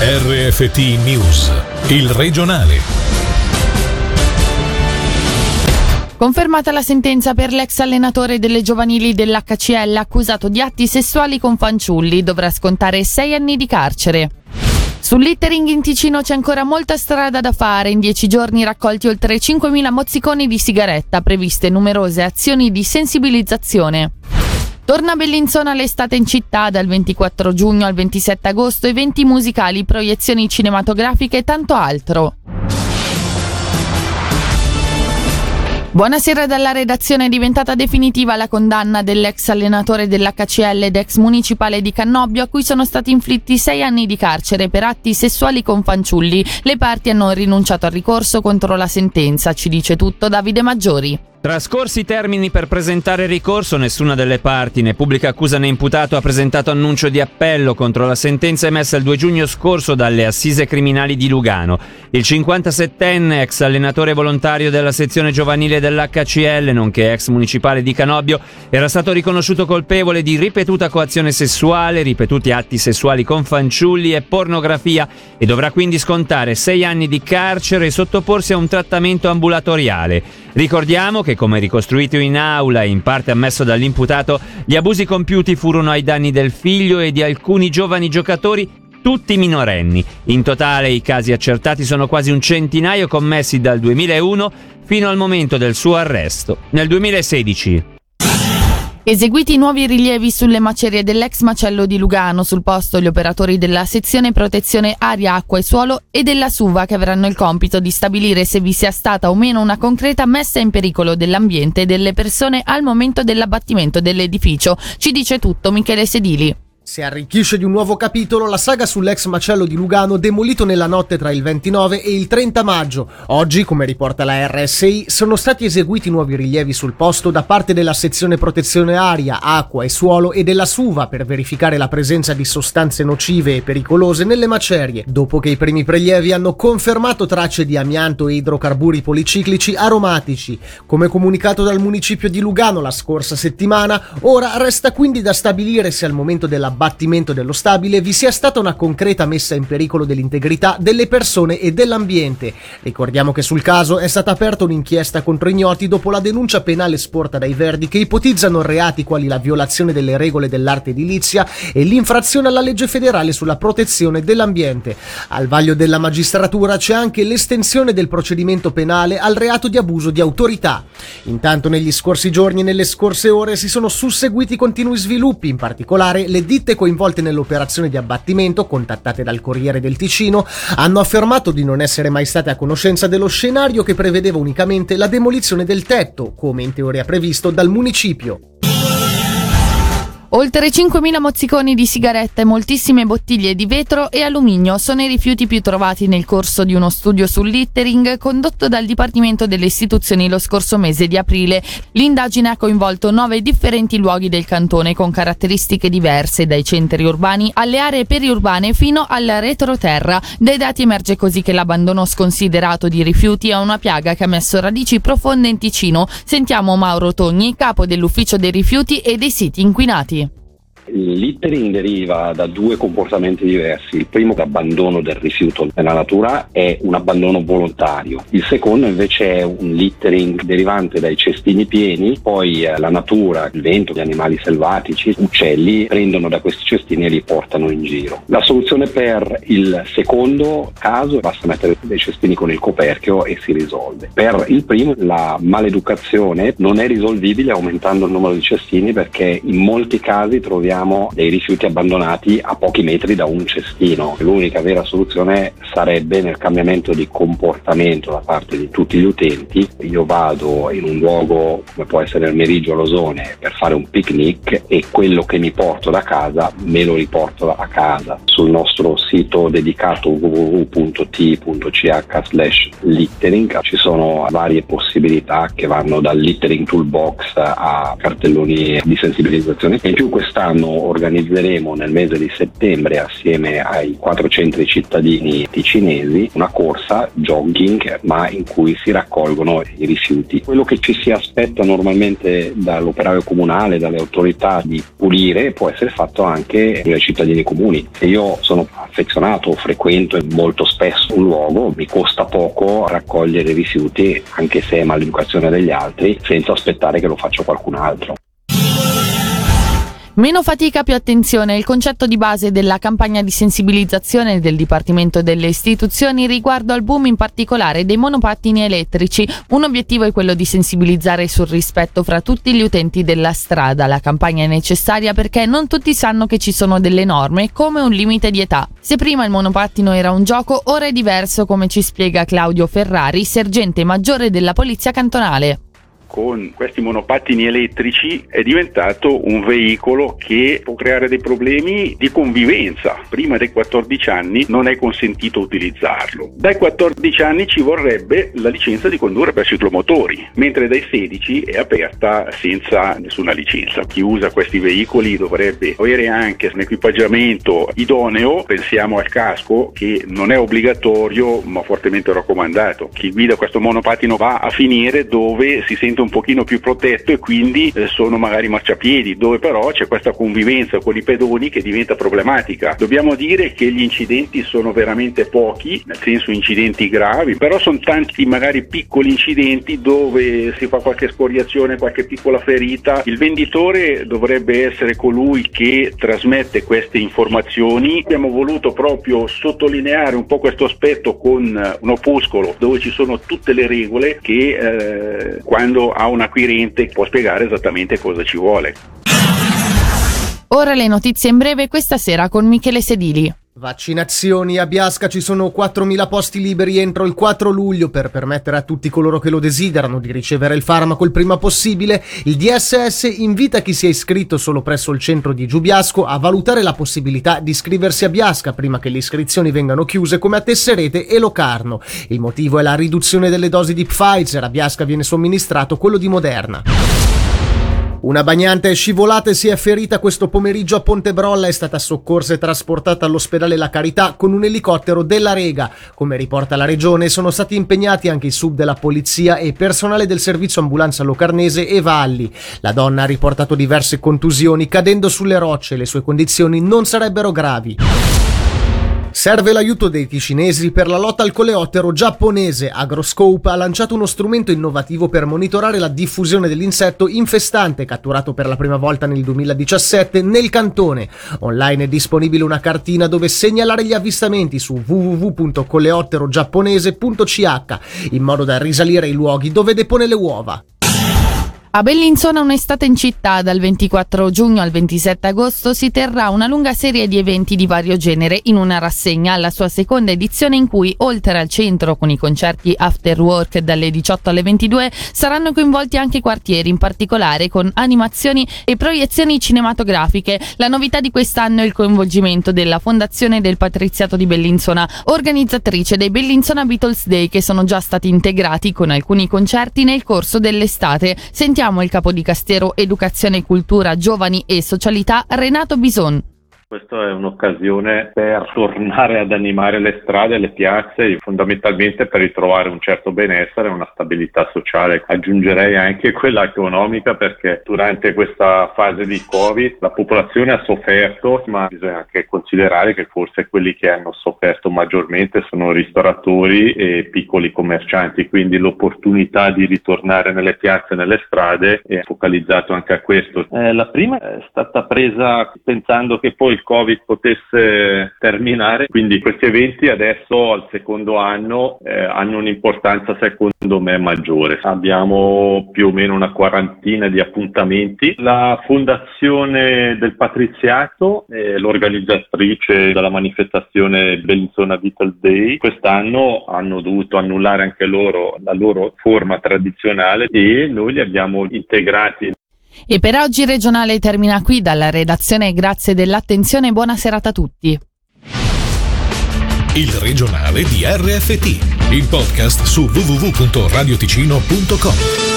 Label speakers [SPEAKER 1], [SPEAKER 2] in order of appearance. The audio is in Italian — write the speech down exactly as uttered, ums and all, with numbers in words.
[SPEAKER 1] R F T News, il regionale.
[SPEAKER 2] Confermata la sentenza per l'ex allenatore delle giovanili dell'H C L accusato di atti sessuali con fanciulli, dovrà scontare sei anni di carcere. Sul littering in Ticino c'è ancora molta strada da fare. In dieci giorni raccolti oltre cinquemila mozziconi di sigaretta, previste numerose azioni di sensibilizzazione. Torna Bellinzona l'estate in città, dal ventiquattro giugno al ventisette agosto, eventi musicali, proiezioni cinematografiche e tanto altro. Buonasera dalla redazione. È diventata definitiva la condanna dell'ex allenatore dell'H C L ed ex municipale di Cannobbio, a cui sono stati inflitti sei anni di carcere per atti sessuali con fanciulli. Le parti hanno rinunciato al ricorso contro la sentenza. Ci dice tutto Davide Maggiori.
[SPEAKER 3] Trascorsi i termini per presentare ricorso, nessuna delle parti, né pubblica accusa né imputato, ha presentato annuncio di appello contro la sentenza emessa il due giugno scorso dalle assise criminali di Lugano. Il cinquantasettenne, ex allenatore volontario della sezione giovanile dell'H C L, nonché ex municipale di Canobbio, era stato riconosciuto colpevole di ripetuta coazione sessuale, ripetuti atti sessuali con fanciulli e pornografia e dovrà quindi scontare sei anni di carcere e sottoporsi a un trattamento ambulatoriale. Ricordiamo che, come ricostruito in aula e in parte ammesso dall'imputato, gli abusi compiuti furono ai danni del figlio e di alcuni giovani giocatori, tutti minorenni. In totale i casi accertati sono quasi un centinaio, commessi dal duemilauno fino al momento del suo arresto nel duemilasedici.
[SPEAKER 2] Eseguiti i nuovi rilievi sulle macerie dell'ex macello di Lugano, sul posto gli operatori della sezione protezione aria, acqua e suolo e della SUVA, che avranno il compito di stabilire se vi sia stata o meno una concreta messa in pericolo dell'ambiente e delle persone al momento dell'abbattimento dell'edificio. Ci dice tutto Michele Sedili.
[SPEAKER 4] Si arricchisce di un nuovo capitolo la saga sull'ex macello di Lugano, demolito nella notte tra il ventinove e il trenta maggio. Oggi, come riporta la R S I, sono stati eseguiti nuovi rilievi sul posto da parte della sezione protezione aria, acqua e suolo e della SUVA per verificare la presenza di sostanze nocive e pericolose nelle macerie, dopo che i primi prelievi hanno confermato tracce di amianto e idrocarburi policiclici aromatici. Come comunicato dal municipio di Lugano la scorsa settimana, ora resta quindi da stabilire se al momento della abbattimento dello stabile vi sia stata una concreta messa in pericolo dell'integrità delle persone e dell'ambiente. Ricordiamo che sul caso è stata aperta un'inchiesta contro ignoti dopo la denuncia penale sporta dai Verdi, che ipotizzano reati quali la violazione delle regole dell'arte edilizia e l'infrazione alla legge federale sulla protezione dell'ambiente. Al vaglio della magistratura c'è anche l'estensione del procedimento penale al reato di abuso di autorità. Intanto negli scorsi giorni e nelle scorse ore si sono susseguiti continui sviluppi, in particolare le ditte coinvolte nell'operazione di abbattimento, contattate dal Corriere del Ticino, hanno affermato di non essere mai state a conoscenza dello scenario che prevedeva unicamente la demolizione del tetto, come in teoria previsto dal municipio.
[SPEAKER 2] Oltre cinquemila mozziconi di sigarette, moltissime bottiglie di vetro e alluminio sono i rifiuti più trovati nel corso di uno studio sul littering condotto dal Dipartimento delle Istituzioni lo scorso mese di aprile. L'indagine ha coinvolto nove differenti luoghi del cantone con caratteristiche diverse, dai centri urbani alle aree periurbane fino al retroterra. Dai dati emerge così che l'abbandono sconsiderato di rifiuti è una piaga che ha messo radici profonde in Ticino. Sentiamo Mauro Togni, capo dell'ufficio dei rifiuti e dei siti inquinati.
[SPEAKER 5] Il littering deriva da due comportamenti diversi. Il primo, l'abbandono del rifiuto nella natura, è un abbandono volontario. Il secondo invece è un littering derivante dai cestini pieni, poi eh, la natura, il vento, gli animali selvatici, uccelli, prendono da questi cestini e li portano in giro. La soluzione per il secondo caso, basta mettere dei cestini con il coperchio e si risolve. Per il primo, la maleducazione non è risolvibile aumentando il numero di cestini, perché in molti casi troviamo dei rifiuti abbandonati a pochi metri da un cestino. L'unica vera soluzione sarebbe nel cambiamento di comportamento da parte di tutti gli utenti. Io vado in un luogo come può essere il Meriggio Losone per fare un picnic e quello che mi porto da casa me lo riporto a casa. Sul nostro sito dedicato w w w punto t punto c h slash littering ci sono varie possibilità che vanno dal littering toolbox a cartelloni di sensibilizzazione, e in più quest'anno quest'anno organizzeremo nel mese di settembre, assieme ai quattro centri cittadini ticinesi, una corsa jogging, ma in cui si raccolgono i rifiuti. Quello che ci si aspetta normalmente dall'operaio comunale, dalle autorità, di pulire, può essere fatto anche dai cittadini comuni. Se io sono affezionato, frequento molto spesso un luogo, mi costa poco raccogliere i rifiuti, anche se è maleducazione degli altri, senza aspettare che lo faccia qualcun altro.
[SPEAKER 2] Meno fatica, più attenzione. Il concetto di base della campagna di sensibilizzazione del Dipartimento delle Istituzioni riguardo al boom in particolare dei monopattini elettrici. Un obiettivo è quello di sensibilizzare sul rispetto fra tutti gli utenti della strada. La campagna è necessaria perché non tutti sanno che ci sono delle norme, come un limite di età. Se prima il monopattino era un gioco, ora è diverso, come ci spiega Claudio Ferrari, sergente maggiore della Polizia Cantonale.
[SPEAKER 6] Con questi monopattini elettrici è diventato un veicolo che può creare dei problemi di convivenza. Prima dei quattordici anni non è consentito utilizzarlo. Dai quattordici anni ci vorrebbe la licenza di condurre per ciclomotori, mentre dai sedici è aperta senza nessuna licenza. Chi usa questi veicoli dovrebbe avere anche un equipaggiamento idoneo. Pensiamo al casco, che non è obbligatorio ma fortemente raccomandato. Chi guida questo monopattino va a finire dove si sente un pochino più protetto e quindi eh, sono magari marciapiedi, dove però c'è questa convivenza con i pedoni che diventa problematica. Dobbiamo dire che gli incidenti sono veramente pochi, nel senso incidenti gravi, però sono tanti magari piccoli incidenti dove si fa qualche scoriazione, qualche piccola ferita. Il venditore dovrebbe essere colui che trasmette queste informazioni. Abbiamo voluto proprio sottolineare un po' questo aspetto con un opuscolo dove ci sono tutte le regole che eh, quando ha un acquirente può spiegare esattamente cosa ci vuole.
[SPEAKER 2] Ora le notizie in breve questa sera con Michele Sedili.
[SPEAKER 4] Vaccinazioni. A Biasca ci sono quattromila posti liberi entro il quattro luglio per permettere a tutti coloro che lo desiderano di ricevere il farmaco il prima possibile. Il D S S invita chi si è iscritto solo presso il centro di Giubiasco a valutare la possibilità di iscriversi a Biasca prima che le iscrizioni vengano chiuse come a Tesserete e Locarno. Il motivo è la riduzione delle dosi di Pfizer. A Biasca viene somministrato quello di Moderna. Una bagnante è scivolata e si è ferita questo pomeriggio a Pontebrolla. È stata soccorsa e trasportata all'ospedale La Carità con un elicottero della Rega. Come riporta la regione, sono stati impegnati anche i sub della polizia e personale del servizio ambulanza locarnese e Valli. La donna ha riportato diverse contusioni cadendo sulle rocce. Le sue condizioni non sarebbero gravi. Serve l'aiuto dei ticinesi per la lotta al coleottero giapponese. Agroscope ha lanciato uno strumento innovativo per monitorare la diffusione dell'insetto infestante catturato per la prima volta nel duemiladiciassette nel cantone. Online è disponibile una cartina dove segnalare gli avvistamenti su w w w punto coleotterogiapponese punto c h in modo da risalire i luoghi dove depone le uova.
[SPEAKER 2] A Bellinzona un'estate in città. Dal ventiquattro giugno al ventisette agosto si terrà una lunga serie di eventi di vario genere in una rassegna, alla sua seconda edizione, in cui oltre al centro con i concerti after work dalle diciotto alle ventidue saranno coinvolti anche i quartieri, in particolare con animazioni e proiezioni cinematografiche. La novità di quest'anno è il coinvolgimento della Fondazione del Patriziato di Bellinzona, organizzatrice dei Bellinzona Beatles Day, che sono già stati integrati con alcuni concerti nel corso dell'estate. Sentiamo il capo di Castero Educazione, Cultura, Giovani e Socialità, Renato Bison.
[SPEAKER 7] Questa è un'occasione per tornare ad animare le strade e le piazze, fondamentalmente per ritrovare un certo benessere e una stabilità sociale. Aggiungerei anche quella economica, perché durante questa fase di Covid la popolazione ha sofferto, ma bisogna anche considerare che forse quelli che hanno sofferto maggiormente sono ristoratori e piccoli commercianti, quindi l'opportunità di ritornare nelle piazze e nelle strade è focalizzato anche a questo. Eh, la prima è stata presa pensando che poi il Covid potesse terminare, quindi questi eventi adesso al secondo anno eh, hanno un'importanza secondo me maggiore. Abbiamo più o meno una quarantina di appuntamenti. La Fondazione del Patriziato è l'organizzatrice della manifestazione Bellinzona Beatles Day. Quest'anno hanno dovuto annullare anche loro la loro forma tradizionale e noi li abbiamo integrati.
[SPEAKER 2] E per oggi il regionale termina qui. Dalla redazione grazie dell'attenzione e buona serata a tutti.
[SPEAKER 1] Il regionale di R F T, il podcast su w w w punto radioticino punto com.